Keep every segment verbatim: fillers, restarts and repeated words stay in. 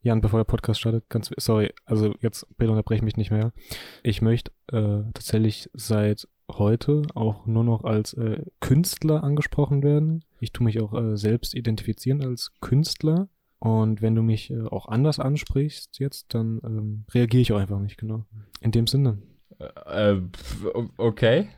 Jan, bevor der Podcast startet, ganz, sorry, also jetzt bitte unterbreche mich nicht mehr. Ich möchte äh, tatsächlich seit heute auch nur noch als äh, Künstler angesprochen werden. Ich tue mich auch äh, selbst identifizieren als Künstler. Und wenn du mich äh, auch anders ansprichst jetzt, dann ähm, reagiere ich auch einfach nicht, genau. In dem Sinne. Äh, okay.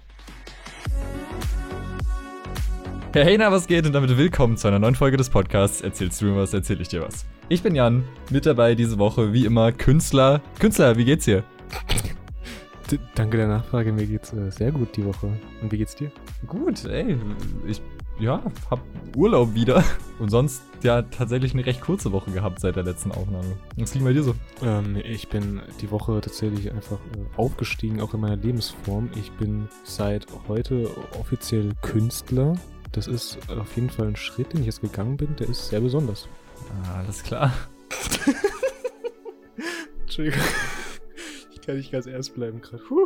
Hey, na, was geht? Und damit willkommen zu einer neuen Folge des Podcasts Erzählst du mir was, erzähl ich dir was. Ich bin Jan, mit dabei diese Woche, wie immer, Künstler. Künstler, wie geht's dir? D- danke der Nachfrage, mir geht's äh, sehr gut die Woche. Und wie geht's dir? Gut, ey, ich, ja, hab Urlaub wieder. Und sonst, ja, tatsächlich eine recht kurze Woche gehabt seit der letzten Aufnahme. Was liegt bei dir so? Ähm, ich bin die Woche tatsächlich einfach äh, aufgestiegen, auch in meiner Lebensform. Ich bin seit heute offiziell Künstler. Das ist auf jeden Fall ein Schritt, den ich jetzt gegangen bin, der ist sehr besonders. Ah, alles klar. Entschuldigung. Ich kann nicht ganz ernst bleiben gerade. Puh.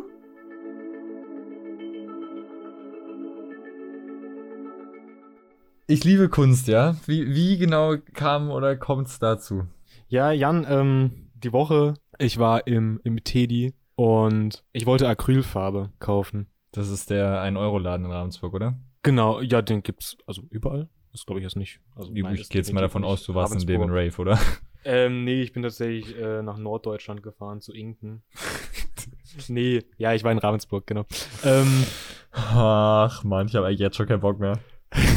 Ich liebe Kunst, ja? Wie, wie genau kam oder kommt's dazu? Ja, Jan, ähm, die Woche, ich war im, im Teddy und ich wollte Acrylfarbe kaufen. Das ist der ein Euro Laden in Ravensburg, oder? Genau, ja, den gibt's also überall. Das glaube ich jetzt nicht. Also, Ich, nein, ich das gehe jetzt mal davon definitiv aus, du warst in dem Ravensburg. Rave, oder? Ähm, nee, ich bin tatsächlich äh, nach Norddeutschland gefahren, zu Inken. Nee, ja, ich war in Ravensburg, genau. Ähm, Ach Mann, ich habe eigentlich jetzt schon keinen Bock mehr.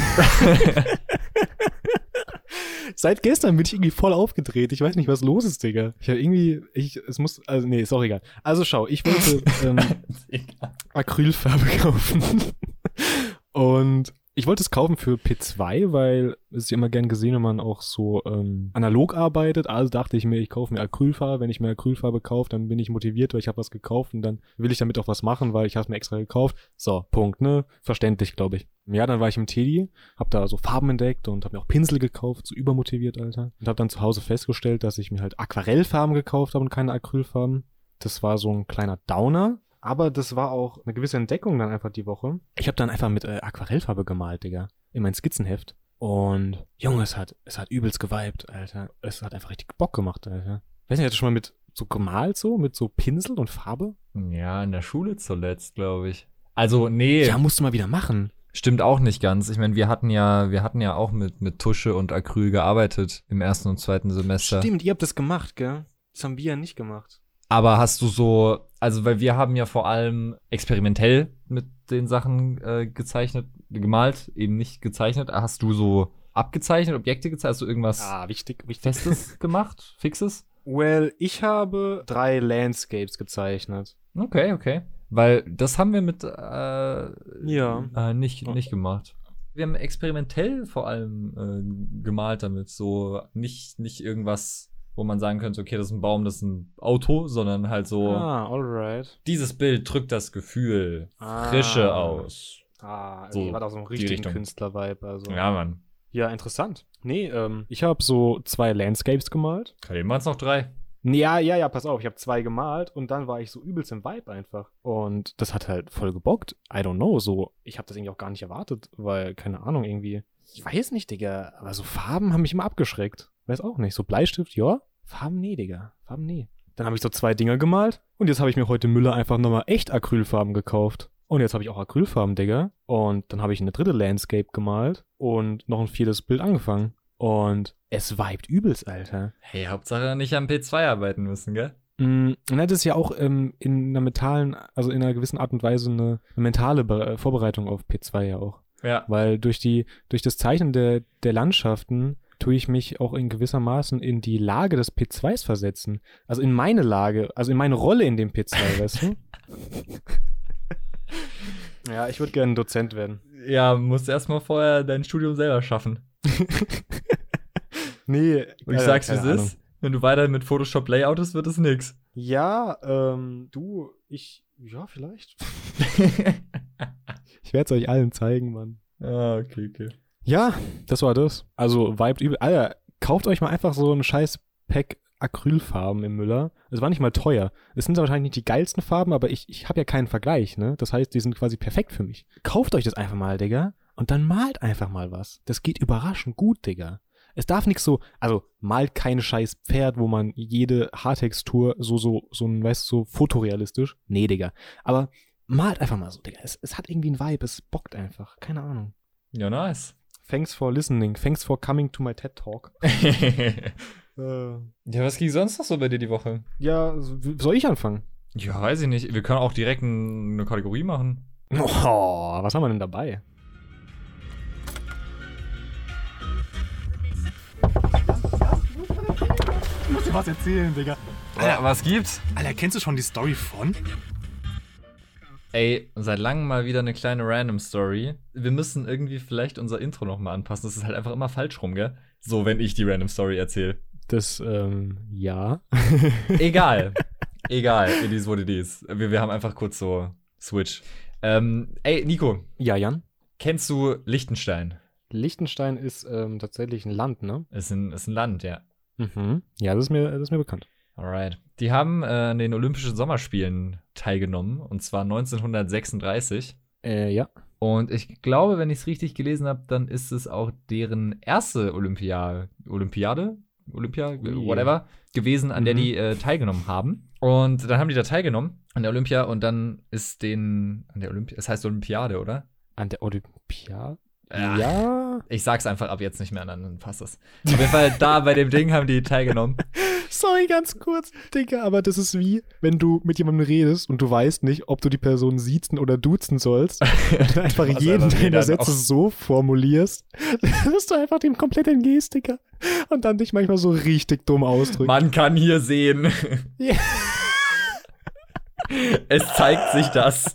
Seit gestern bin ich irgendwie voll aufgedreht. Ich weiß nicht, was los ist, Digga. Ich habe irgendwie, ich, es muss, also nee, ist auch egal. Also schau, ich wollte ähm, Acrylfarbe kaufen. Und ich wollte es kaufen für P zwei, weil es ist ja immer gern gesehen, wenn man auch so ähm, analog arbeitet. Also dachte ich mir, ich kaufe mir Acrylfarbe. Wenn ich mir Acrylfarbe kaufe, dann bin ich motiviert, weil ich habe was gekauft und dann will ich damit auch was machen, weil ich habe es mir extra gekauft. So, Punkt, ne? Verständlich, glaube ich. Ja, dann war ich im Teddy, hab da so Farben entdeckt und hab mir auch Pinsel gekauft, so übermotiviert, Alter. Und hab dann zu Hause festgestellt, dass ich mir halt Aquarellfarben gekauft habe und keine Acrylfarben. Das war so ein kleiner Downer. Aber das war auch eine gewisse Entdeckung dann einfach die Woche. Ich habe dann einfach mit äh, Aquarellfarbe gemalt, Digga. In mein Skizzenheft. Und, Junge, es hat, es hat übelst geweibt, Alter. Es hat einfach richtig Bock gemacht, Alter. Weiß nicht, hast du schon mal mit so gemalt so? Mit so Pinsel und Farbe? Ja, in der Schule zuletzt, glaube ich. Also, nee. Ja, musst du mal wieder machen. Stimmt auch nicht ganz. Ich meine, wir hatten ja, wir hatten ja auch mit, mit Tusche und Acryl gearbeitet im ersten und zweiten Semester. Stimmt, ihr habt das gemacht, gell? Das haben wir ja nicht gemacht. Aber hast du so, also weil wir haben ja vor allem experimentell mit den Sachen äh, gezeichnet, gemalt, eben nicht gezeichnet. Hast du so abgezeichnet, Objekte gezeichnet? Hast du irgendwas Ah, wichtig, wichtig. Festes gemacht, Fixes? Well, ich habe drei Landscapes gezeichnet. Okay, okay. Weil das haben wir mit äh, Ja. äh, nicht, nicht gemacht. Wir haben experimentell vor allem äh, gemalt damit. So nicht, nicht irgendwas, wo man sagen könnte, okay, das ist ein Baum, das ist ein Auto, sondern halt so, Ah, alright. dieses Bild drückt das Gefühl Ah. Frische aus. Ah, also So, ihr wart auch so einen die richtigen Richtung. Künstler-Vibe. Also. Ja, Mann. Ja, interessant. Nee, ähm, ich habe so zwei Landscapes gemalt. Eben waren es noch drei. Nee, Ja, ja, ja, pass auf, ich habe zwei gemalt und dann war ich so übelst im Vibe einfach. Und das hat halt voll gebockt. I don't know, so, ich habe das irgendwie auch gar nicht erwartet, weil, keine Ahnung, irgendwie, ich weiß nicht, Digga, aber so Farben haben mich immer abgeschreckt. Weiß auch nicht, so Bleistift, ja, Farben nee, Digga, Farben nee. Dann habe ich so zwei Dinger gemalt und jetzt habe ich mir heute Müller einfach nochmal echt Acrylfarben gekauft. Und jetzt habe ich auch Acrylfarben, Digga. Und dann habe ich eine dritte Landscape gemalt und noch ein viertes Bild angefangen. Und es vibet übelst, Alter. Hey, Hauptsache nicht am P zwei arbeiten müssen, gell? Mm, und das ist ja auch ähm, in einer mentalen, also in einer gewissen Art und Weise eine, eine mentale Be- Vorbereitung auf P zwei ja auch. Ja. Weil durch die, durch das Zeichnen der, der Landschaften tue ich mich auch in gewissermaßen in die Lage des P zweis versetzen. Also in meine Lage, also in meine Rolle in dem P zwei, weißt du? Ja, ich würde gerne Dozent werden. Ja, musst erstmal vorher dein Studium selber schaffen. Nee. Und ich äh, sag's, wie es keine Ahnung. ist. Wenn du weiter mit Photoshop layoutest, wird es nix. Ja, ähm, du, ich, ja, vielleicht. Ich werde es euch allen zeigen, Mann. Ah, okay, okay. Ja, das war das. Also, vibet übel. Alter, kauft euch mal einfach so ein scheiß Pack Acrylfarben im Müller. Es war nicht mal teuer. Es sind wahrscheinlich nicht die geilsten Farben, aber ich, ich habe ja keinen Vergleich, ne? Das heißt, die sind quasi perfekt für mich. Kauft euch das einfach mal, Digga. Und dann malt einfach mal was. Das geht überraschend gut, Digga. Es darf nichts so, also malt kein scheiß Pferd, wo man jede Haartextur so, so, so ein, weißt du, so fotorealistisch. Nee, Digga. Aber malt einfach mal so, Digga. Es, es hat irgendwie einen Vibe, es bockt einfach. Keine Ahnung. Ja, nice. Thanks for listening. Thanks for coming to my TED Talk. äh, ja, was ging sonst noch so bei dir die Woche? Ja, soll ich anfangen? Ja, weiß ich nicht. Wir können auch direkt ein, eine Kategorie machen. Oh, was haben wir denn dabei? Ich muss dir was erzählen, Digga. Alter, was gibt's? Alter, kennst du schon die Story von? Ey, seit langem mal wieder eine kleine Random Story. Wir müssen irgendwie vielleicht unser Intro nochmal anpassen. Das ist halt einfach immer falsch rum, gell? So, wenn ich die Random Story erzähle. Das, ähm, ja. Egal. Egal, it is what it is. Wir, wir haben einfach kurz so Switch. Ähm, ey, Nico. Ja, Jan? Kennst du Liechtenstein? Liechtenstein ist ähm, tatsächlich ein Land, ne? Ist ein, ist ein Land, ja. Mhm. Ja, das ist mir, das ist mir bekannt. Alright. Die haben äh, an den Olympischen Sommerspielen teilgenommen, und zwar neunzehnhundertsechsunddreißig. Äh, ja. Und ich glaube, wenn ich es richtig gelesen habe, dann ist es auch deren erste Olympia Olympiade, Olympia, Ui. whatever, gewesen, an Mhm. der die äh, teilgenommen haben. Und dann haben die da teilgenommen an der Olympia, und dann ist den, an der Olympia, es heißt Olympiade, oder? An der Olympiade? Ja. Ja. Ich sag's einfach ab jetzt nicht mehr, dann passt das. Auf jeden Fall, da bei dem Ding haben die teilgenommen. Sorry, ganz kurz, Digga, aber das ist wie, wenn du mit jemandem redest und du weißt nicht, ob du die Person siezen oder duzen sollst. Und einfach Was jeden einfach deiner jeder Sätze auch. so formulierst, dass du einfach dem komplett entgehst, Digga. Und dann dich manchmal so richtig dumm ausdrückst. Man kann hier sehen. Ja. Es zeigt sich das.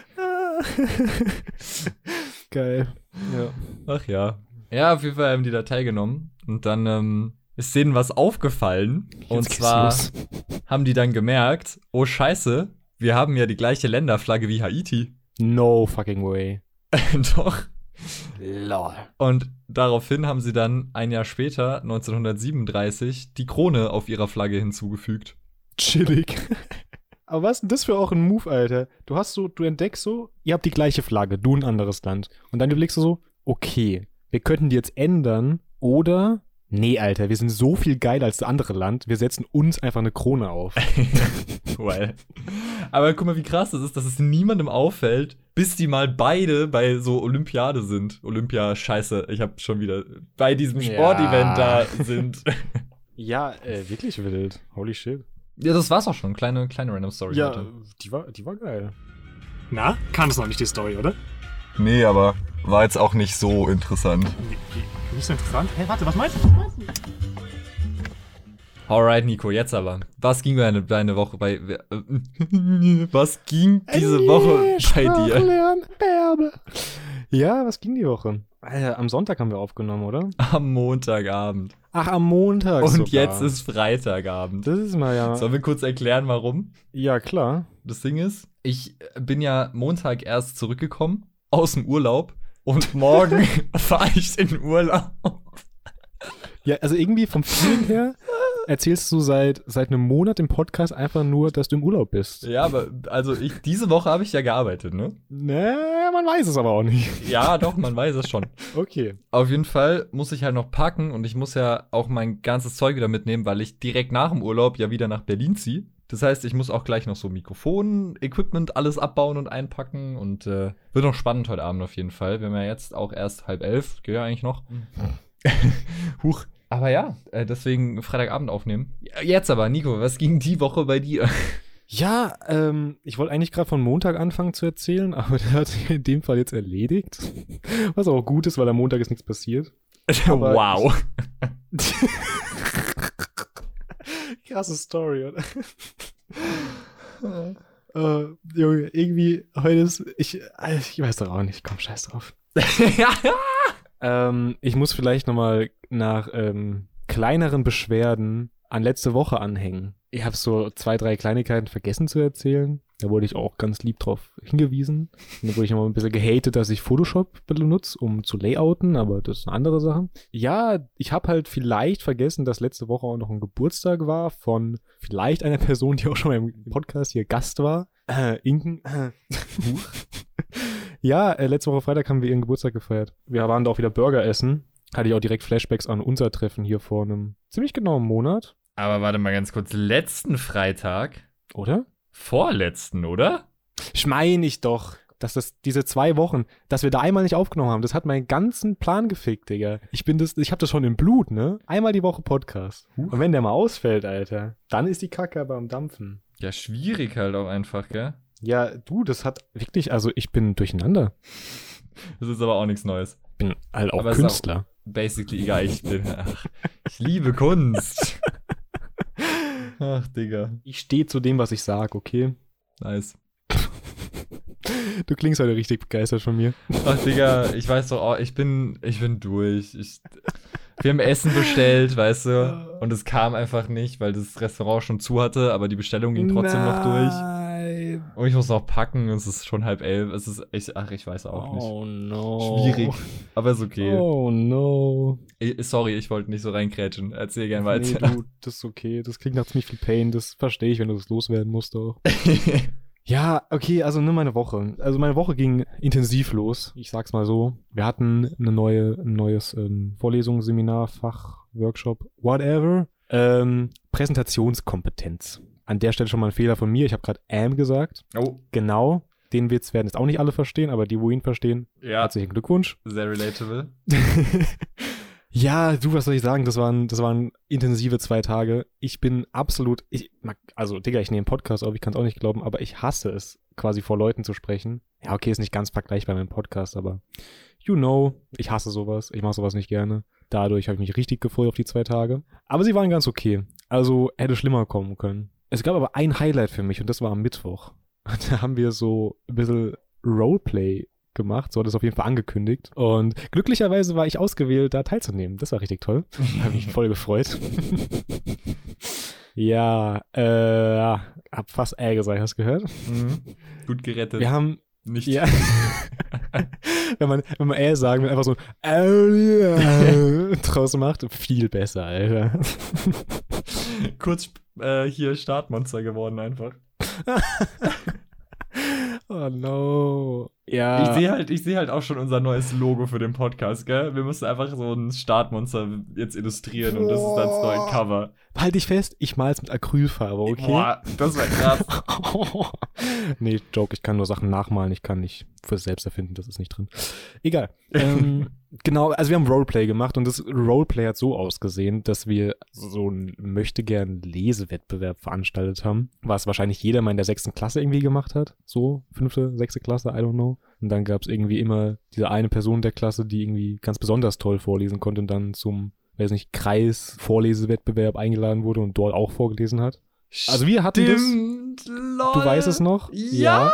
Geil. Ja. Ach ja. Ja, auf jeden Fall haben die da teilgenommen. Und dann ähm, ist denen was aufgefallen. Und Jetzt geht's zwar los. haben die dann gemerkt, oh Scheiße, wir haben ja die gleiche Länderflagge wie Haiti. No fucking way. Doch. Lol. Und daraufhin haben sie dann ein Jahr später, neunzehnhundertsiebenunddreißig, die Krone auf ihrer Flagge hinzugefügt. Chillig. Aber was ist denn das für auch ein Move, Alter? Du hast so, du entdeckst so, ihr habt die gleiche Flagge, du ein anderes Land. Und dann überlegst du so, okay, wir könnten die jetzt ändern oder, nee, Alter, wir sind so viel geiler als das andere Land, wir setzen uns einfach eine Krone auf. Well. Aber guck mal, wie krass das ist, dass es niemandem auffällt, bis die mal beide bei so Olympiade sind. Olympia, scheiße, ich hab schon wieder bei diesem Ja. Sportevent da sind. Ja, äh, wirklich wild. Holy shit. Ja, das war's auch schon. Kleine, kleine Random Story Ja, heute. die war, die war geil. Na, kanntest noch nicht die Story, oder? Nee, aber war jetzt auch nicht so interessant. Nee, nee, nicht so interessant. Hä, warte, was meinst du? Was meinst du? Alright, Nico, jetzt aber. Was ging deine, deine Woche bei. Äh, was ging diese Woche bei dir? Lernen, Bärbe. Ja, was ging die Woche? Alter, am Sonntag haben wir aufgenommen, oder? Am Montagabend. Ach, am Montag Und sogar. jetzt ist Freitagabend. Das ist mal ja... Sollen wir kurz erklären, warum? Ja, klar. Das Ding ist, ich bin ja Montag erst zurückgekommen aus dem Urlaub und morgen fahre ich in den Urlaub. Ja, also irgendwie vom Feeling her erzählst du seit, seit einem Monat im Podcast einfach nur, dass du im Urlaub bist. Ja, aber also ich, diese Woche habe ich ja gearbeitet, ne? Naja, man weiß es aber auch nicht. Ja, doch, man weiß es schon. Okay. Auf jeden Fall muss ich halt noch packen und ich muss ja auch mein ganzes Zeug wieder mitnehmen, weil ich direkt nach dem Urlaub ja wieder nach Berlin ziehe. Das heißt, ich muss auch gleich noch so Mikrofon, Equipment, alles abbauen und einpacken und äh, wird noch spannend heute Abend auf jeden Fall. Wir haben ja jetzt auch erst halb elf, geht ja eigentlich noch. Huch. Aber ja, äh, deswegen Freitagabend aufnehmen. Jetzt aber, Nico, was ging die Woche bei dir? Ja, ähm, ich wollte eigentlich gerade von Montag anfangen zu erzählen, aber der hat sich in dem Fall jetzt erledigt. Was auch gut ist, weil am Montag ist nichts passiert. Aber Wow. Krasse Story, oder? äh, Junge, irgendwie, heute ist, ich, ich weiß doch auch nicht, komm, scheiß drauf. ähm, ich muss vielleicht nochmal nach ähm, kleineren Beschwerden an letzte Woche anhängen. Ich habe so zwei, drei Kleinigkeiten vergessen zu erzählen. Da wurde ich auch ganz lieb drauf hingewiesen. Und da wurde ich nochmal ein bisschen gehatet, dass ich Photoshop benutze, um zu layouten, aber das ist eine andere Sache. Ja, ich habe halt vielleicht vergessen, dass letzte Woche auch noch ein Geburtstag war von vielleicht einer Person, die auch schon mal im Podcast hier Gast war. Äh, Inken. Äh. Ja, äh, letzte Woche Freitag haben wir ihren Geburtstag gefeiert. Wir waren da auch wieder Burger essen. hatte ich auch direkt Flashbacks an unser Treffen hier vor einem ziemlich genauen Monat. Aber warte mal ganz kurz, letzten Freitag? Oder? Vorletzten, oder? Ich meine ich doch, dass das diese zwei Wochen, dass wir da einmal nicht aufgenommen haben, das hat meinen ganzen Plan gefickt, Digga. Ich bin das, ich hab das schon im Blut, ne? Einmal die Woche Podcast. Und wenn der mal ausfällt, Alter, dann ist die Kacke aber am Dampfen. Ja, schwierig halt auch einfach, gell? Ja, du, das hat wirklich, also ich bin durcheinander. Das ist aber auch nichts Neues. Ich bin halt auch Aber es ist Künstler. auch basically egal, ich bin, ach, ich liebe Kunst. Ach, Digga. Ich stehe zu dem, was ich sag, okay? Nice. Du klingst heute richtig begeistert von mir. Ach, Digga, ich weiß doch auch, ich bin, ich bin durch. Ich, wir haben Essen bestellt, weißt du, und es kam einfach nicht, weil das Restaurant schon zu hatte, aber die Bestellung ging trotzdem Nein. noch durch. Und ich muss noch packen, es ist schon halb elf, es ist echt, ach, ich weiß auch nicht. Oh no. Schwierig, aber ist okay. Oh no. Ich, sorry, ich wollte nicht so reinkrätschen. Erzähl gern Nee, weiter. du, das ist okay. Das klingt nach ziemlich viel Pain. Das verstehe ich, wenn du das loswerden musst auch. Ja, okay, also nur meine Woche. Also meine Woche ging intensiv los. Ich sag's mal so. Wir hatten eine neue, ein neues ähm, Vorlesung, Seminar, Fach, Workshop, whatever. Ähm, Präsentationskompetenz. An der Stelle schon mal ein Fehler von mir. Ich habe gerade am gesagt. Oh, Genau. Den Witz werden jetzt auch nicht alle verstehen, aber die, wo ihn verstehen, ja, herzlichen Glückwunsch. sehr relatable. Ja, du, was soll ich sagen? Das waren, das waren intensive zwei Tage. Ich bin absolut, ich, also, Digga, ich nehme einen Podcast auf, ich kann es auch nicht glauben, aber ich hasse es, quasi vor Leuten zu sprechen. Ja, okay, ist nicht ganz vergleichbar mit einem Podcast, aber you know, ich hasse sowas. Ich mache sowas nicht gerne. Dadurch habe ich mich richtig gefreut auf die zwei Tage. Aber sie waren ganz okay. Also, hätte schlimmer kommen können. Es gab aber ein Highlight für mich und das war am Mittwoch. Da haben wir so ein bisschen Roleplay gemacht, so hat es auf jeden Fall angekündigt. Und glücklicherweise war ich ausgewählt, da teilzunehmen. Das war richtig toll. Da habe ich mich voll gefreut. Ja, äh, ja, hab fast äh gesagt, hast du gehört? Mhm. Gut gerettet. Wir haben, nicht. ja, wenn man, wenn man äh sagen will, einfach so äh, draus macht, viel besser, Alter. Kurz äh, hier Startmonster geworden einfach. Oh no. Ja. Ich sehe halt, ich sehe halt auch schon unser neues Logo für den Podcast, gell? Wir müssen einfach so ein Startmonster jetzt illustrieren und das ist dann das neue Cover. Halt dich fest, ich mal's mit Acrylfarbe, okay? Boah, das war krass. Nee, Joke, ich kann nur Sachen nachmalen, ich kann nicht fürs Selbst erfinden, das ist nicht drin. Egal. ähm, genau, also wir haben Roleplay gemacht und das Roleplay hat so ausgesehen, dass wir so einen Möchtegern-Lesewettbewerb veranstaltet haben, was wahrscheinlich jeder mal in der sechsten Klasse irgendwie gemacht hat. So, fünfte, sechste Klasse, I don't know. Und dann gab's irgendwie immer diese eine Person der Klasse, die irgendwie ganz besonders toll vorlesen konnte und dann zum, weiß nicht, Kreis-Vorlesewettbewerb eingeladen wurde und dort auch vorgelesen hat. Also wir hatten Stimmt, das. lol. Du weißt es noch? Ja.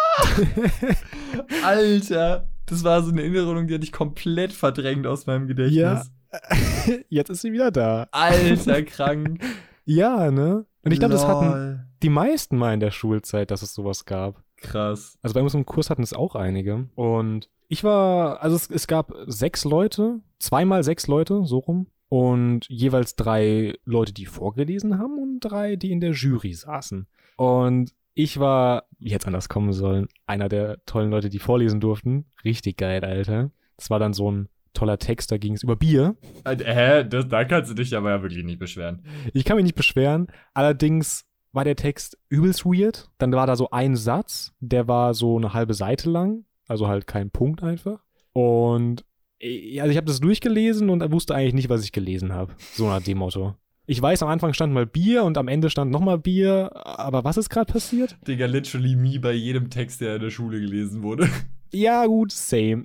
Alter, das war so eine Erinnerung, die hatte ich komplett verdrängt aus meinem Gedächtnis. Ja. Jetzt ist sie wieder da. Alter, krank. Ja, ne? Und ich glaube, das hatten Lol. die meisten mal in der Schulzeit, dass es sowas gab. Krass. Also bei uns im Kurs hatten es auch einige. Und ich war, also es, es gab sechs Leute, zweimal sechs Leute, so rum. Und jeweils drei Leute, die vorgelesen haben und drei, die in der Jury saßen. Und ich war, wie hätte es anders kommen sollen, einer der tollen Leute, die vorlesen durften. Richtig geil, Alter. Das war dann so ein toller Text, da ging es über Bier. Äh, hä? Das, da kannst du dich aber ja wirklich nicht beschweren. Ich kann mich nicht beschweren. Allerdings war der Text übelst weird. Dann war da so ein Satz, der war so eine halbe Seite lang. Also halt kein Punkt einfach. Und also ich habe das durchgelesen und wusste eigentlich nicht, was ich gelesen habe. So nach dem Motto. Ich weiß, am Anfang stand mal Bier und am Ende stand nochmal Bier. Aber was ist gerade passiert? Digga, literally me bei jedem Text, der in der Schule gelesen wurde. Ja gut, same.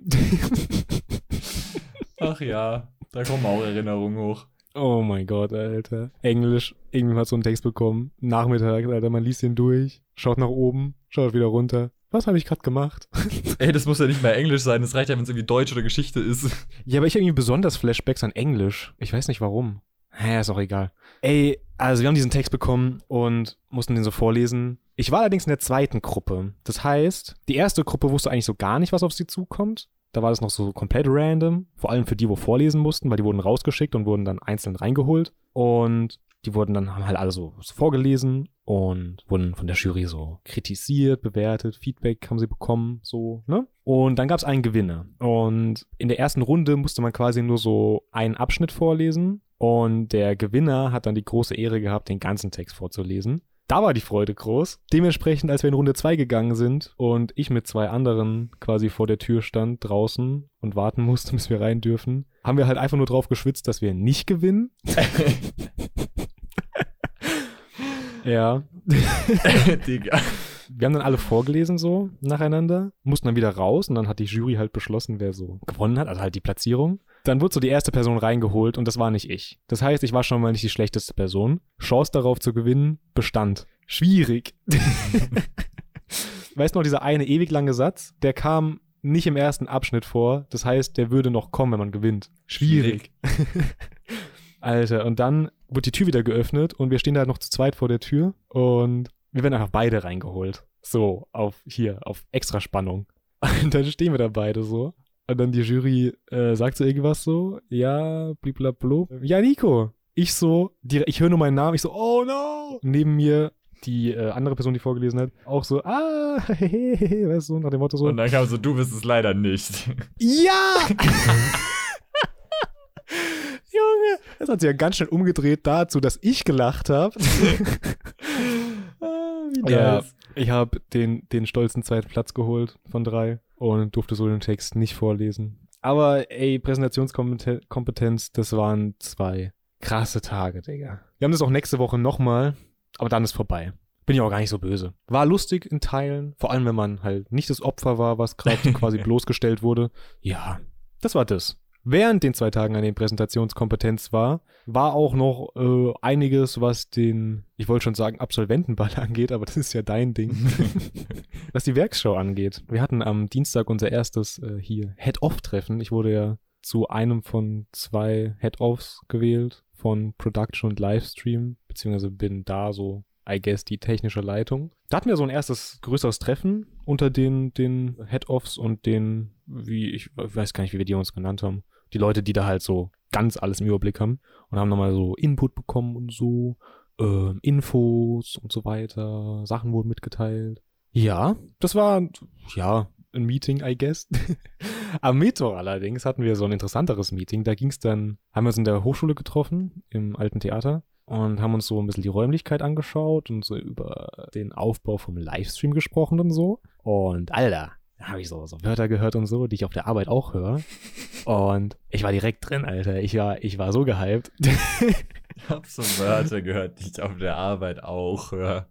Ach ja, da kommen auch Erinnerungen hoch. Oh mein Gott, Alter. Englisch, irgendwie hat so einen Text bekommen. Nachmittag, Alter, man liest ihn durch, schaut nach oben, schaut wieder runter. Was habe ich gerade gemacht? Ey, das muss ja nicht mehr Englisch sein, das reicht ja, wenn es irgendwie Deutsch oder Geschichte ist. Ja, aber ich habe irgendwie besonders Flashbacks an Englisch. Ich weiß nicht warum. Hä, ist auch egal. Ey, also wir haben diesen Text bekommen und mussten den so vorlesen. Ich war allerdings in der zweiten Gruppe. Das heißt, die erste Gruppe wusste eigentlich so gar nicht, was auf sie zukommt. Da war das noch so komplett random. Vor allem für die, wo vorlesen mussten, weil die wurden rausgeschickt und wurden dann einzeln reingeholt. Und die wurden dann, haben halt alle so vorgelesen. und wurden von der Jury so kritisiert, bewertet, Feedback haben sie bekommen, so, ne? Und dann gab es einen Gewinner. Und in der ersten Runde musste man quasi nur so einen Abschnitt vorlesen. Und der Gewinner hat dann die große Ehre gehabt, den ganzen Text vorzulesen. Da war die Freude groß. Dementsprechend, als wir in Runde zwei gegangen sind und ich mit zwei anderen quasi vor der Tür stand, draußen und warten musste, bis wir rein dürfen, haben wir halt einfach nur drauf geschwitzt, dass wir nicht gewinnen. Ja. Digga. Wir haben dann alle vorgelesen so nacheinander, mussten dann wieder raus und dann hat die Jury halt beschlossen, wer so gewonnen hat, also halt die Platzierung. Dann wurde so die erste Person reingeholt und das war nicht ich. Das heißt, ich war schon mal nicht die schlechteste Person. Chance darauf zu gewinnen bestand. Schwierig. Weißt du noch, dieser eine ewig lange Satz, der kam nicht im ersten Abschnitt vor. Das heißt, der würde noch kommen, wenn man gewinnt. Schwierig. Alter, und dann wurde die Tür wieder geöffnet und wir stehen da halt noch zu zweit vor der Tür und wir werden einfach beide reingeholt. So, auf hier, auf Extraspannung. Und dann stehen wir da beide so. Und dann die Jury äh, sagt so irgendwas so, ja, bliblablub. Ja, Nico. Ich so, die, ich höre nur meinen Namen, ich so, oh no. Neben mir die äh, andere Person, die vorgelesen hat, auch so, ah, hehehe, weißt du, nach dem Motto so. Und dann kam so, du bist es leider nicht. Ja! Junge, das hat sich ja ganz schnell umgedreht dazu, dass ich gelacht habe. ah, wie ja, nice. ich habe den, den stolzen zweiten Platz geholt von drei und durfte so den Text nicht vorlesen. Aber ey, Präsentationskompetenz, das waren zwei krasse Tage, Digga. Wir haben das auch nächste Woche nochmal, aber dann ist vorbei. Bin ich auch gar nicht so böse. War lustig in Teilen, vor allem wenn man halt nicht das Opfer war, was gerade quasi bloßgestellt wurde. Ja, das war das. Während den zwei Tagen, an denen Präsentationskompetenz war, war auch noch äh, einiges, was den, ich wollte schon sagen, Absolventenball angeht, aber das ist ja dein Ding. Was die Werksschau angeht. Wir hatten am Dienstag unser erstes äh, hier Head-Off-Treffen. Ich wurde ja zu einem von zwei Head-Offs gewählt von Production und Livestream, beziehungsweise bin da so, I guess, die technische Leitung. Da hatten wir so ein erstes größeres Treffen unter den, den Head-Offs und den, wie, ich weiß gar nicht, wie wir die uns genannt haben. Die Leute, die da halt so ganz alles im Überblick haben und haben nochmal so Input bekommen und so, äh, Infos und so weiter, Sachen wurden mitgeteilt. Ja, das war, ja, ein Meeting, I guess. Am Mittwoch allerdings hatten wir so ein interessanteres Meeting. Da ging es dann, haben wir uns in der Hochschule getroffen, im alten Theater und haben uns so ein bisschen die Räumlichkeit angeschaut und so über den Aufbau vom Livestream gesprochen und so. Und Alter, da habe ich so, so Wörter gehört und so, die ich auf der Arbeit auch höre. Und ich war direkt drin, Alter. Ich war, ich war so gehypt. Ich hab so Wörter gehört, die ich auf der Arbeit auch höre.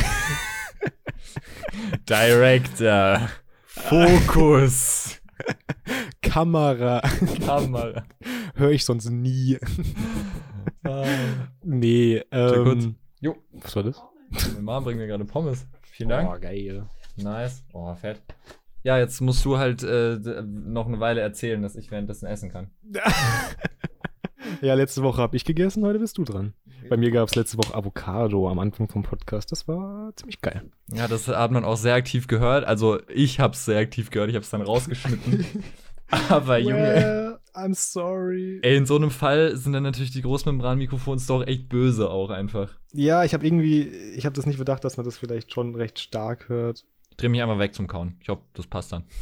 Director. Fokus. Kamera. Kamera. Höre ich sonst nie. Ah. Nee, Sehr gut. ähm. Jo. Was war das? Meine Mom bringt mir gerade Pommes. Vielen Dank. Oh, geil. Nice. Oh, fett. Ja, jetzt musst du halt äh, noch eine Weile erzählen, dass ich währenddessen essen kann. Ja, letzte Woche habe ich gegessen, heute bist du dran. Bei mir gab es letzte Woche Avocado am Anfang vom Podcast. Das war ziemlich geil. Ja, das hat man auch sehr aktiv gehört. Also ich habe es sehr aktiv gehört. Ich habe es dann rausgeschnitten. Aber Junge, well, I'm sorry. ey, in so einem Fall sind dann natürlich die Großmembran-Mikrofons doch echt böse auch einfach. Ja, ich habe irgendwie, ich habe das nicht bedacht, dass man das vielleicht schon recht stark hört. Ich dreh mich einmal weg zum Kauen. Ich hoffe, das passt dann.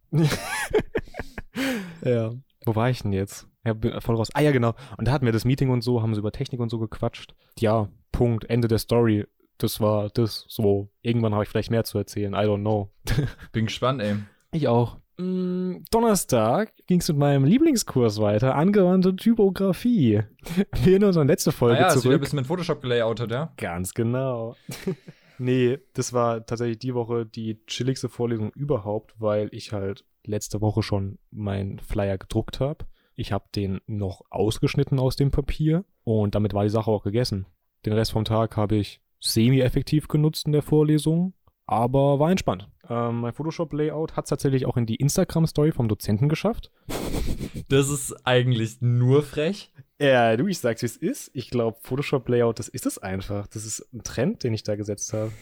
Ja. Wo war ich denn jetzt? Ja, bin voll raus. Ah ja, genau. Und da hatten wir das Meeting und so, haben sie über Technik und so gequatscht. Ja, Punkt, Ende der Story. Das war das so. Irgendwann habe ich vielleicht mehr zu erzählen. I don't know. Bin gespannt, ey. Ich auch. Mm, Donnerstag ging es mit meinem Lieblingskurs weiter, angewandte Typografie. Wir in unserer letzten Folge Ah ja, ist wieder zurück. ein bisschen mit Photoshop gelayoutet, ja? Ganz genau. Nee, das war tatsächlich die Woche die chilligste Vorlesung überhaupt, weil ich halt letzte Woche schon meinen Flyer gedruckt habe. Ich habe den noch ausgeschnitten aus dem Papier und damit war die Sache auch gegessen. Den Rest vom Tag habe ich semi-effektiv genutzt in der Vorlesung, aber war entspannt. Ähm, mein Photoshop-Layout hat es tatsächlich auch in die Instagram-Story vom Dozenten geschafft. Das ist eigentlich nur frech. Ja, du, ich sag's, wie es ist. Ich glaube, Photoshop-Layout, das ist es einfach. Das ist ein Trend, den ich da gesetzt habe.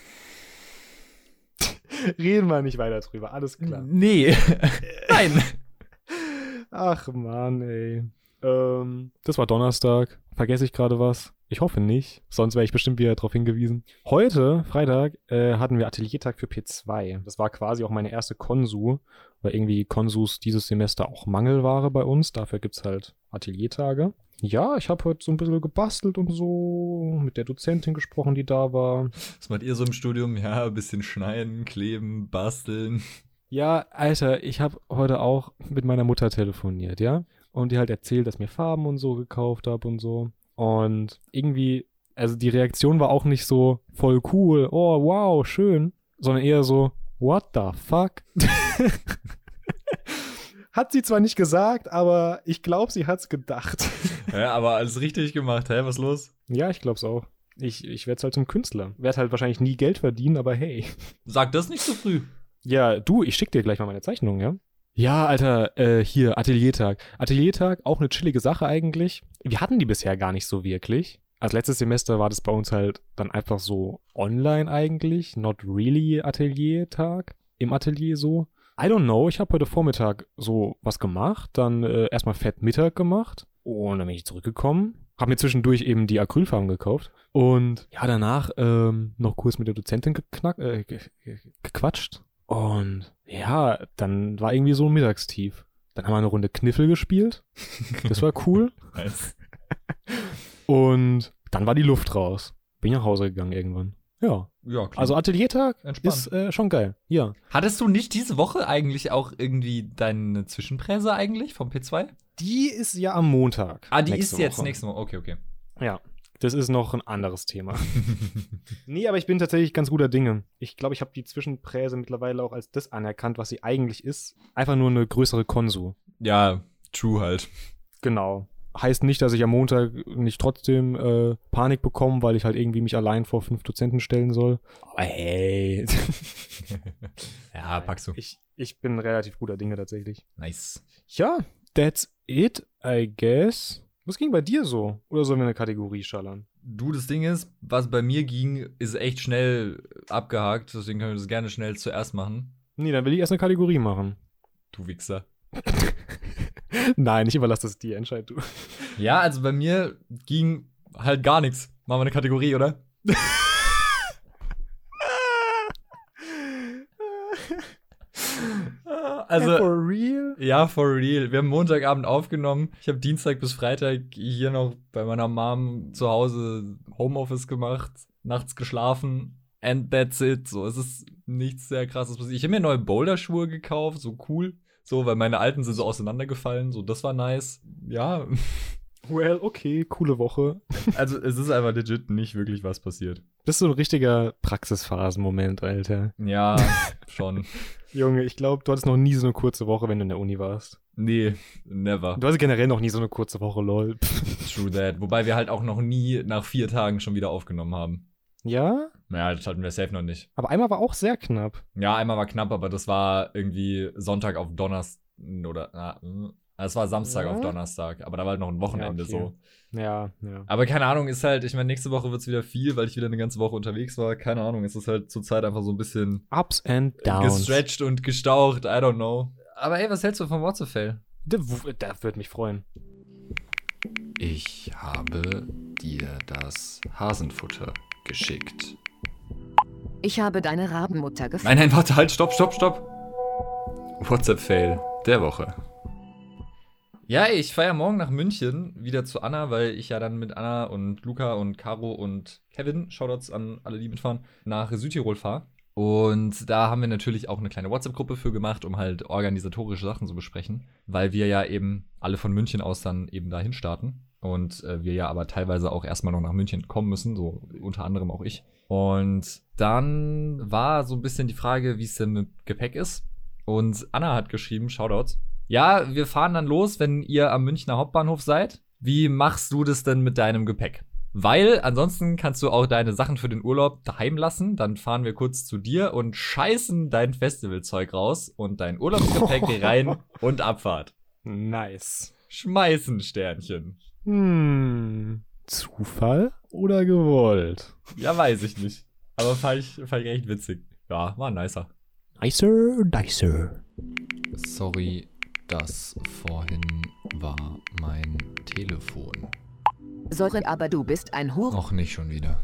Reden wir nicht weiter drüber, alles klar. Nee. Nein. Ach Mann, ey. Ähm, das war Donnerstag. Vergesse ich gerade was? Ich hoffe nicht, sonst wäre ich bestimmt wieder darauf hingewiesen. Heute, Freitag, äh, hatten wir Ateliertag für P zwei. Das war quasi auch meine erste Konsu, weil irgendwie Konsus dieses Semester auch Mangelware bei uns. Dafür gibt's halt Ateliertage. Ja, ich habe heute so ein bisschen gebastelt und so, mit der Dozentin gesprochen, die da war. Was macht ihr so im Studium? Ja, ein bisschen schneiden, kleben, basteln. Ja, Alter, ich habe heute auch mit meiner Mutter telefoniert, ja? Und die halt erzählt, dass ich mir Farben und so gekauft habe und so. Und irgendwie, also die Reaktion war auch nicht so voll cool, oh wow, schön, sondern eher so, what the fuck? Hat sie zwar nicht gesagt, aber ich glaube, sie hat's gedacht. Ja, aber alles richtig gemacht, hä? Was los? Ja, ich glaub's auch. Ich, ich werde halt zum Künstler. Werd halt wahrscheinlich nie Geld verdienen, aber hey. Sag das nicht so früh. Ja, du, ich schick dir gleich mal meine Zeichnung, ja? Ja, Alter, äh, hier, Ateliertag. Ateliertag, auch eine chillige Sache eigentlich. Wir hatten die bisher gar nicht so wirklich. Als letztes Semester war das bei uns halt dann einfach so online eigentlich, not really Ateliertag, im Atelier so. I don't know, ich habe heute Vormittag so was gemacht, dann äh, erstmal fett Mittag gemacht und dann bin ich zurückgekommen. Hab mir zwischendurch eben die Acrylfarben gekauft und ja, danach ähm, noch kurz mit der Dozentin geknack, äh, ge- ge- gequatscht. Und ja, dann war irgendwie so ein Mittagstief. Dann haben wir eine Runde Kniffel gespielt. Das war cool. Nice. Und dann war die Luft raus. Bin nach Hause gegangen irgendwann. Ja. Ja, klar. Also Ateliertag Entspannt. ist äh, schon geil. Ja. Hattest du nicht diese Woche eigentlich auch irgendwie deine Zwischenpräse eigentlich vom P zwei? Die ist ja am Montag. Ah, die nächste ist jetzt Woche. nächste Woche. Okay, okay. Ja. Das ist noch ein anderes Thema. Nee, aber ich bin tatsächlich ganz guter Dinge. Ich glaube, ich habe die Zwischenpräse mittlerweile auch als das anerkannt, was sie eigentlich ist. Einfach nur eine größere Konsu. Ja, true halt. Genau. Heißt nicht, dass ich am Montag nicht trotzdem äh, Panik bekomme, weil ich halt irgendwie mich allein vor fünf Dozenten stellen soll. Aber hey. Ja, packst du. Ich, ich bin relativ guter Dinge tatsächlich. Nice. Ja, that's it, I guess. Was ging bei dir so? Oder sollen wir eine Kategorie schallern? Du, das Ding ist, was bei mir ging, ist echt schnell abgehakt. Deswegen können wir das gerne schnell zuerst machen. Nee, dann will ich erst eine Kategorie machen. Du Wichser. Nein, ich überlasse das dir. Entscheid du. Ja, also bei mir ging halt gar nichts. Machen wir eine Kategorie, oder? Also, for real? ja, for real. Wir haben Montagabend aufgenommen. Ich habe Dienstag bis Freitag hier noch bei meiner Mom zu Hause Homeoffice gemacht, nachts geschlafen. And that's it. So, es ist nichts sehr krasses passiert. Ich habe mir neue Boulderschuhe gekauft, so cool. So, weil meine alten sind so auseinandergefallen. So, das war nice. Ja. Well, okay, coole Woche. Also, es ist einfach legit nicht wirklich was passiert. Das ist so ein richtiger Praxisphasen-Moment, Alter. Ja, schon. Junge, ich glaube, du hattest noch nie so eine kurze Woche, wenn du in der Uni warst. Nee, never. Du hattest generell noch nie so eine kurze Woche, lol. True that. Wobei wir halt auch noch nie nach vier Tagen schon wieder aufgenommen haben. Ja? Naja, das hatten wir safe noch nicht. Aber einmal war auch sehr knapp. Ja, einmal war knapp, aber das war irgendwie Sonntag auf Donnerstag oder na, es war Samstag Ja? auf Donnerstag, aber da war halt noch ein Wochenende Ja, okay. so. Ja, ja. Aber keine Ahnung, ist halt, ich meine, nächste Woche wird's wieder viel, weil ich wieder eine ganze Woche unterwegs war. Keine Ahnung, es ist halt zurzeit einfach so ein bisschen Ups and Downs. gestretched und gestaucht, I don't know. Aber ey, was hältst du vom What's a Fail? Das, das würde mich freuen. Ich habe dir das Hasenfutter geschickt. Ich habe deine Rabenmutter gefunden. Nein, nein, warte, halt, stopp, stopp, stopp. What's a Fail der Woche. Ja, ich fahre ja morgen nach München wieder zu Anna, weil ich ja dann mit Anna und Luca und Caro und Kevin, Shoutouts an alle, die mitfahren, nach Südtirol fahre. Und da haben wir natürlich auch eine kleine WhatsApp-Gruppe für gemacht, um halt organisatorische Sachen zu besprechen, weil wir ja eben alle von München aus dann eben dahin starten. Und äh, wir ja aber teilweise auch erstmal noch nach München kommen müssen, so unter anderem auch ich. Und dann war so ein bisschen die Frage, wie es denn mit Gepäck ist. Und Anna hat geschrieben, Shoutouts, ja, wir fahren dann los, wenn ihr am Münchner Hauptbahnhof seid. Wie machst du das denn mit deinem Gepäck? Weil ansonsten kannst du auch deine Sachen für den Urlaub daheim lassen. Dann fahren wir kurz zu dir und scheißen dein Festivalzeug raus und dein Urlaubsgepäck rein und Abfahrt. Nice. Schmeißen, Sternchen. Hm. Zufall oder gewollt? Ja, weiß ich nicht. Aber fand ich, fand ich echt witzig. Ja, war nicer. Nicer, nicer. Sorry, das vorhin war mein Telefon. Sorry, aber du bist ein Hure. Noch nicht schon wieder.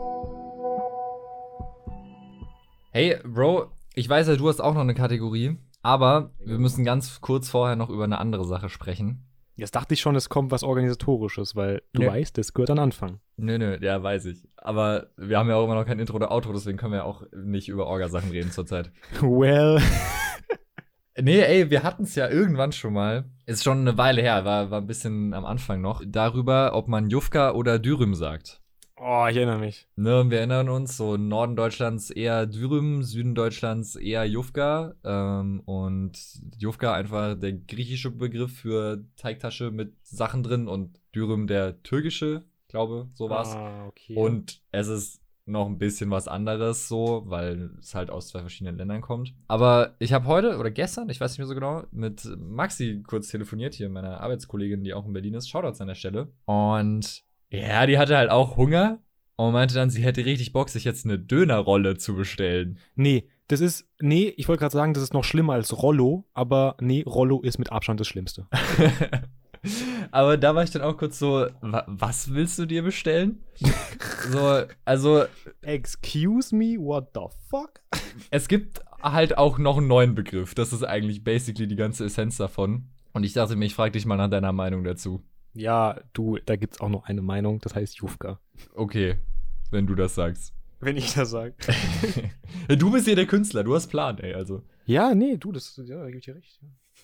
Hey, Bro, ich weiß ja, du hast auch noch eine Kategorie, aber wir müssen ganz kurz vorher noch über eine andere Sache sprechen. Jetzt dachte ich schon, es kommt was Organisatorisches, weil du Nee. weißt, das gehört an Anfang. Nö, nö, ja, weiß ich. Aber wir haben ja auch immer noch kein Intro oder Outro, deswegen können wir ja auch nicht über Orga-Sachen reden zurzeit. Well. Nee, ey, wir hatten es ja irgendwann schon mal. Ist schon eine Weile her, war, war ein bisschen am Anfang noch. Darüber, ob man Jufka oder Dürüm sagt. Oh, ich erinnere mich. Ne, wir erinnern uns, so Norden Deutschlands eher Dürüm, Süden Deutschlands eher Jufka. Ähm, und Jufka einfach der griechische Begriff für Teigtasche mit Sachen drin und Dürüm der türkische, glaube, so war's. Ah, okay. Und es ist noch ein bisschen was anderes so, weil es halt aus zwei verschiedenen Ländern kommt. Aber ich habe heute oder gestern, ich weiß nicht mehr so genau, mit Maxi kurz telefoniert, hier meiner Arbeitskollegin, die auch in Berlin ist. Shoutouts an der Stelle. Und ja, die hatte halt auch Hunger und meinte dann, sie hätte richtig Bock, sich jetzt eine Dönerrolle zu bestellen. Nee, das ist, nee, ich wollte gerade sagen, das ist noch schlimmer als Rollo, aber nee, Rollo ist mit Abstand das Schlimmste. Aber da war ich dann auch kurz so, wa- was willst du dir bestellen? So, also Excuse me, what the fuck? es gibt halt auch noch einen neuen Begriff. Das ist eigentlich basically die ganze Essenz davon. Und ich dachte mir, ich frage dich mal nach deiner Meinung dazu. Ja, du, da gibt's auch noch eine Meinung, das heißt Jufka. Okay, wenn du das sagst. Wenn ich das sage. Du bist hier der Künstler, du hast Plan, ey, also. Ja, nee, du, das, ja, da gebe ich dir recht.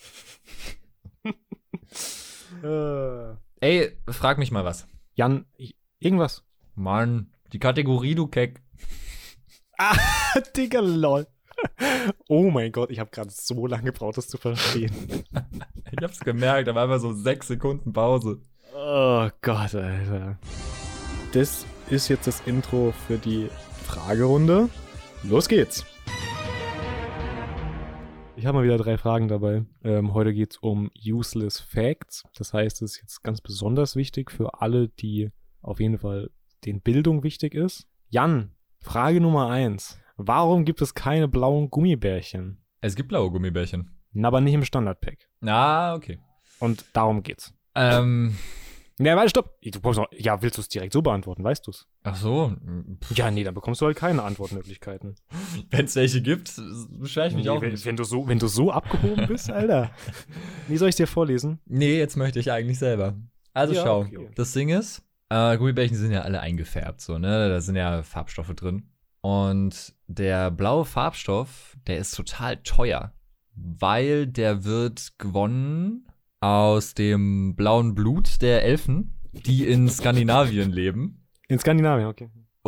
Ja. äh, Ey, frag mich mal was. Jan, ich, irgendwas. Mann, die Kategorie, du Keck. Ah, Digga, lol. Oh mein Gott, ich habe gerade so lange gebraucht, das zu verstehen. Ich hab's gemerkt, da war einfach so sechs Sekunden Pause. Oh Gott, Alter. Das ist jetzt das Intro für die Fragerunde. Los geht's. Ich habe mal wieder drei Fragen dabei. Ähm, heute geht's um Useless Facts. Das heißt, es ist jetzt ganz besonders wichtig für alle, die auf jeden Fall denen Bildung wichtig ist. Jan, Frage Nummer eins. Warum gibt es keine blauen Gummibärchen? Es gibt blaue Gummibärchen. Na, aber nicht im Standardpack. Ah, okay. Und darum geht's. Ähm, Ja, warte, stopp. Du bekommst noch, ja, willst du es direkt so beantworten, weißt du's? ach so. Ja, nee, dann bekommst du halt keine Antwortmöglichkeiten. Wenn es welche gibt, beschwere ich mich Nee, auch wenn, nicht. wenn, du so, wenn du so abgehoben bist, Alter. Wie soll ich dir vorlesen? Nee, jetzt möchte ich eigentlich selber. Also Ja, schau, okay. das Ding ist, äh, Gummibärchen sind ja alle eingefärbt, so, ne? Da sind ja Farbstoffe drin. Und der blaue Farbstoff, der ist total teuer, weil der wird gewonnen aus dem blauen Blut der Elfen, die in Skandinavien leben. In Skandinavien, okay.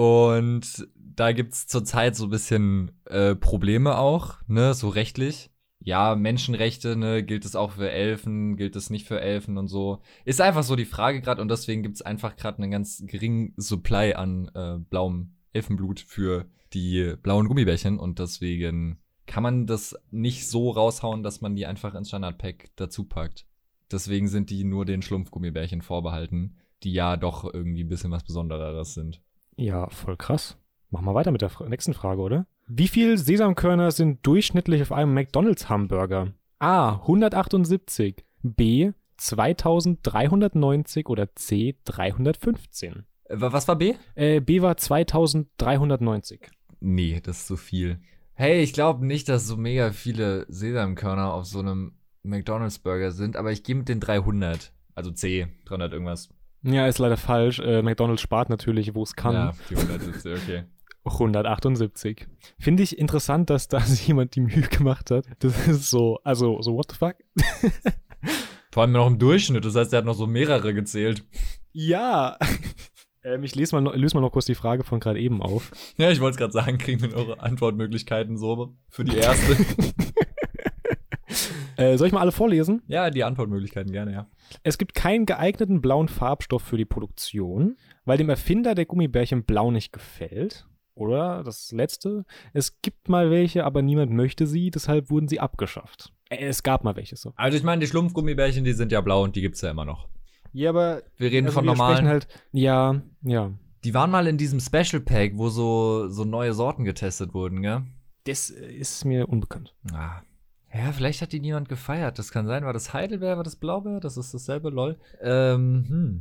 Und da gibt's zurzeit so ein bisschen äh, Probleme auch, ne, so rechtlich. Ja, Menschenrechte, ne, gilt es auch für Elfen, gilt es nicht für Elfen und so. Ist einfach so die Frage gerade und deswegen gibt's einfach gerade einen ganz geringen Supply an äh, blauem Elfenblut für die blauen Gummibärchen und deswegen kann man das nicht so raushauen, dass man die einfach ins Standardpack dazu packt. Deswegen sind die nur den Schlumpfgummibärchen vorbehalten, die ja doch irgendwie ein bisschen was Besondereres sind. Ja, voll krass. Machen wir weiter mit der Fra- nächsten Frage, oder? Wie viel Sesamkörner sind durchschnittlich auf einem McDonald's-Hamburger? A. hundertachtundsiebzig, B. zweitausenddreihundertneunzig oder C. dreihundertfünfzehn? Äh, wa- was war B? Äh, B war zweitausenddreihundertneunzig. Nee, das ist zu viel. Hey, ich glaube nicht, dass so mega viele Sesamkörner auf so einem McDonald's-Burger sind, aber ich gehe mit den dreihundert. Also C, dreihundert irgendwas. Ja, ist leider falsch. Äh, McDonald's spart natürlich, wo es kann. Ja, die hundert ist okay. hundertachtundsiebzig. Finde ich interessant, dass da sich jemand die Mühe gemacht hat. Das ist so, also, so what the fuck? Vor allem noch im Durchschnitt, das heißt, er hat noch so mehrere gezählt. Ja. ähm, ich lese mal, noch, löse mal noch kurz die Frage von gerade eben auf. Ja, ich wollte es gerade sagen, kriegen wir eure Antwortmöglichkeiten so für die erste. äh, soll ich mal alle vorlesen? Ja, die Antwortmöglichkeiten gerne, ja. Es gibt keinen geeigneten blauen Farbstoff für die Produktion, weil dem Erfinder der Gummibärchen blau nicht gefällt. Oder das letzte, es gibt mal welche, aber niemand möchte sie, deshalb wurden sie abgeschafft. Äh, es gab mal welche so. Also ich meine, die Schlumpfgummibärchen, die sind ja blau und die gibt's ja immer noch. Ja, aber Wir reden also von wir sprechen normalen. halt, ja, ja. Die waren mal in diesem Special Pack, wo so, so neue Sorten getestet wurden, gell? Das ist mir unbekannt. Ah. Ja, vielleicht hat die niemand gefeiert. Das kann sein. War das Heidelbeer, war das Blaubeer? Das ist dasselbe, lol. Ähm, hm.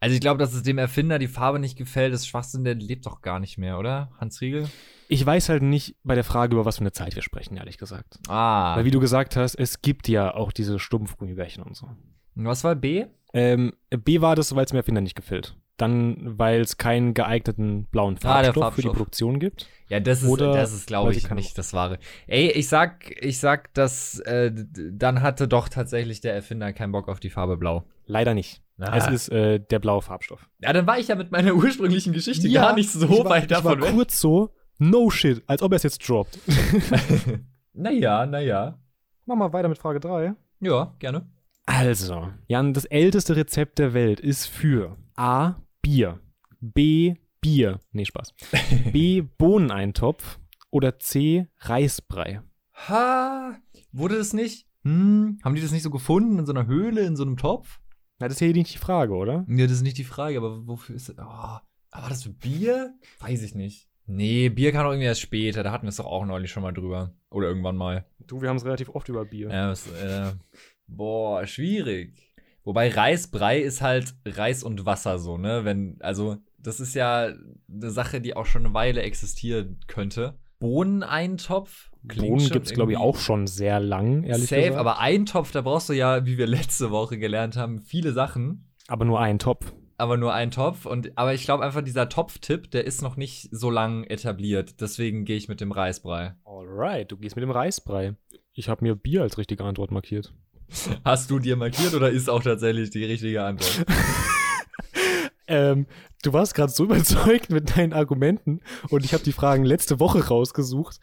Also ich glaube, dass es dem Erfinder die Farbe nicht gefällt, ist Schwachsinn, der lebt doch gar nicht mehr, oder? Hans Riegel? Ich weiß halt nicht bei der Frage, über was für eine Zeit wir sprechen, ehrlich gesagt. Ah. Weil wie du gesagt hast, es gibt ja auch diese Stumpfgummibärchen und so. Und was war B? Ähm, B war das, weil es dem Erfinder nicht gefällt. Dann, weil es keinen geeigneten blauen Ah, der Farbstoff, für die Farbstoff. Produktion gibt. Ja, das ist, Oder das ist, glaube weil sie ich, keine- nicht das Wahre. Ey, ich sag, ich sag, dass äh, d- dann hatte doch tatsächlich der Erfinder keinen Bock auf die Farbe Blau. Leider nicht. Ah. Es ist äh, der blaue Farbstoff. Ja, dann war ich ja mit meiner ursprünglichen Geschichte gar nicht so ich war, weit ich davon war weg. kurz so, no shit, als ob er es jetzt droppt. Naja, naja. Machen wir weiter mit Frage drei. Ja, gerne. Also, Jan, das älteste Rezept der Welt ist für A. Bier, B. Bier, nee, Spaß, B. Bohneneintopf oder C. Reisbrei. Ha, wurde das nicht? Hm, haben die das nicht so gefunden in so einer Höhle, in so einem Topf? Na, das ist hier nicht die Frage, oder? Ja, das ist nicht die Frage, aber wofür ist das? Oh, aber das für Bier? Weiß ich nicht. Nee, Bier kann auch irgendwie erst später. Da hatten wir es doch auch neulich schon mal drüber. Oder irgendwann mal. Du, wir haben es relativ oft über Bier. Ja, das, äh, boah, schwierig. Wobei Reisbrei ist halt Reis und Wasser so, ne? Wenn, also, das ist ja eine Sache, die auch schon eine Weile existieren könnte. Bohneneintopf? Klingt Bohnen schon gibt es, glaube ich, irgendwie auch schon sehr lang, ehrlich safe, gesagt. aber Eintopf, da brauchst du ja, wie wir letzte Woche gelernt haben, viele Sachen. aber nur einen Topf. Aber nur ein Topf. Und, aber ich glaube einfach, dieser Topftipp, der ist noch nicht so lang etabliert. Deswegen gehe ich mit dem Reisbrei. Alright, du gehst mit dem Reisbrei. Ich habe mir Bier als richtige Antwort markiert. Hast du dir markiert oder ist auch tatsächlich die richtige Antwort? Ähm, du warst gerade so überzeugt mit deinen Argumenten und ich habe die Fragen letzte Woche rausgesucht.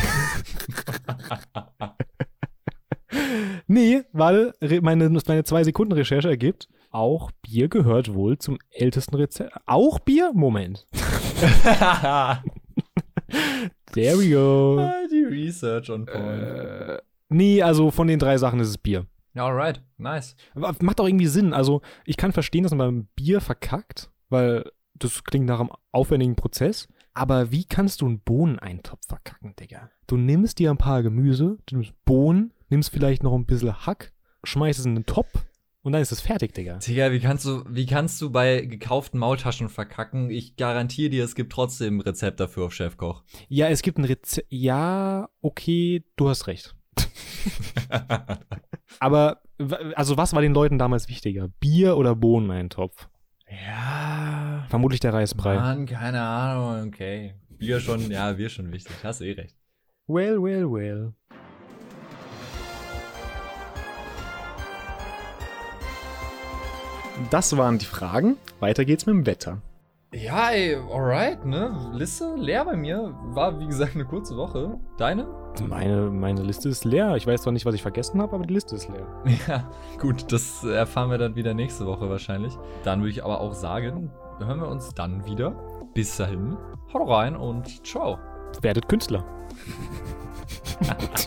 Nee, weil re- meine, meine zwei Sekunden Recherche ergibt, auch Bier gehört wohl zum ältesten Rezept. Auch Bier? Moment. There we go. Die Research on point. Äh, nee, also von den drei Sachen ist es Bier. Alright, nice. Aber macht auch irgendwie Sinn. Also ich kann verstehen, dass man beim Bier verkackt, weil das klingt nach einem aufwendigen Prozess. Aber wie kannst du einen Bohneneintopf verkacken, Digga? Du nimmst dir ein paar Gemüse, du nimmst Bohnen, nimmst vielleicht noch ein bisschen Hack, schmeißt es in den Topf und dann ist es fertig, Digga. Digga, wie kannst du, wie kannst du bei gekauften Maultaschen verkacken? Ich garantiere dir, es gibt trotzdem ein Rezept dafür auf Chefkoch. Ja, es gibt ein Rezept. Ja, okay, du hast recht. Aber, w- also was war den Leuten damals wichtiger? Bier oder Bohneneintopf? Ja. Vermutlich der Reisbrei. Mann, keine Ahnung, okay. Bier schon, ja, Bier schon wichtig. Hast eh recht. Well, well, well. Das waren die Fragen. Weiter geht's mit dem Wetter. Ja, ey, alright, ne? Liste leer bei mir. War, wie gesagt, eine kurze Woche. Deine? Meine, meine Liste ist leer. Ich weiß zwar nicht, was ich vergessen habe, aber die Liste ist leer. Ja, gut, das erfahren wir dann wieder nächste Woche wahrscheinlich. Dann würde ich aber auch sagen, hören wir uns dann wieder. Bis dahin, haut rein und ciao. Werdet Künstler.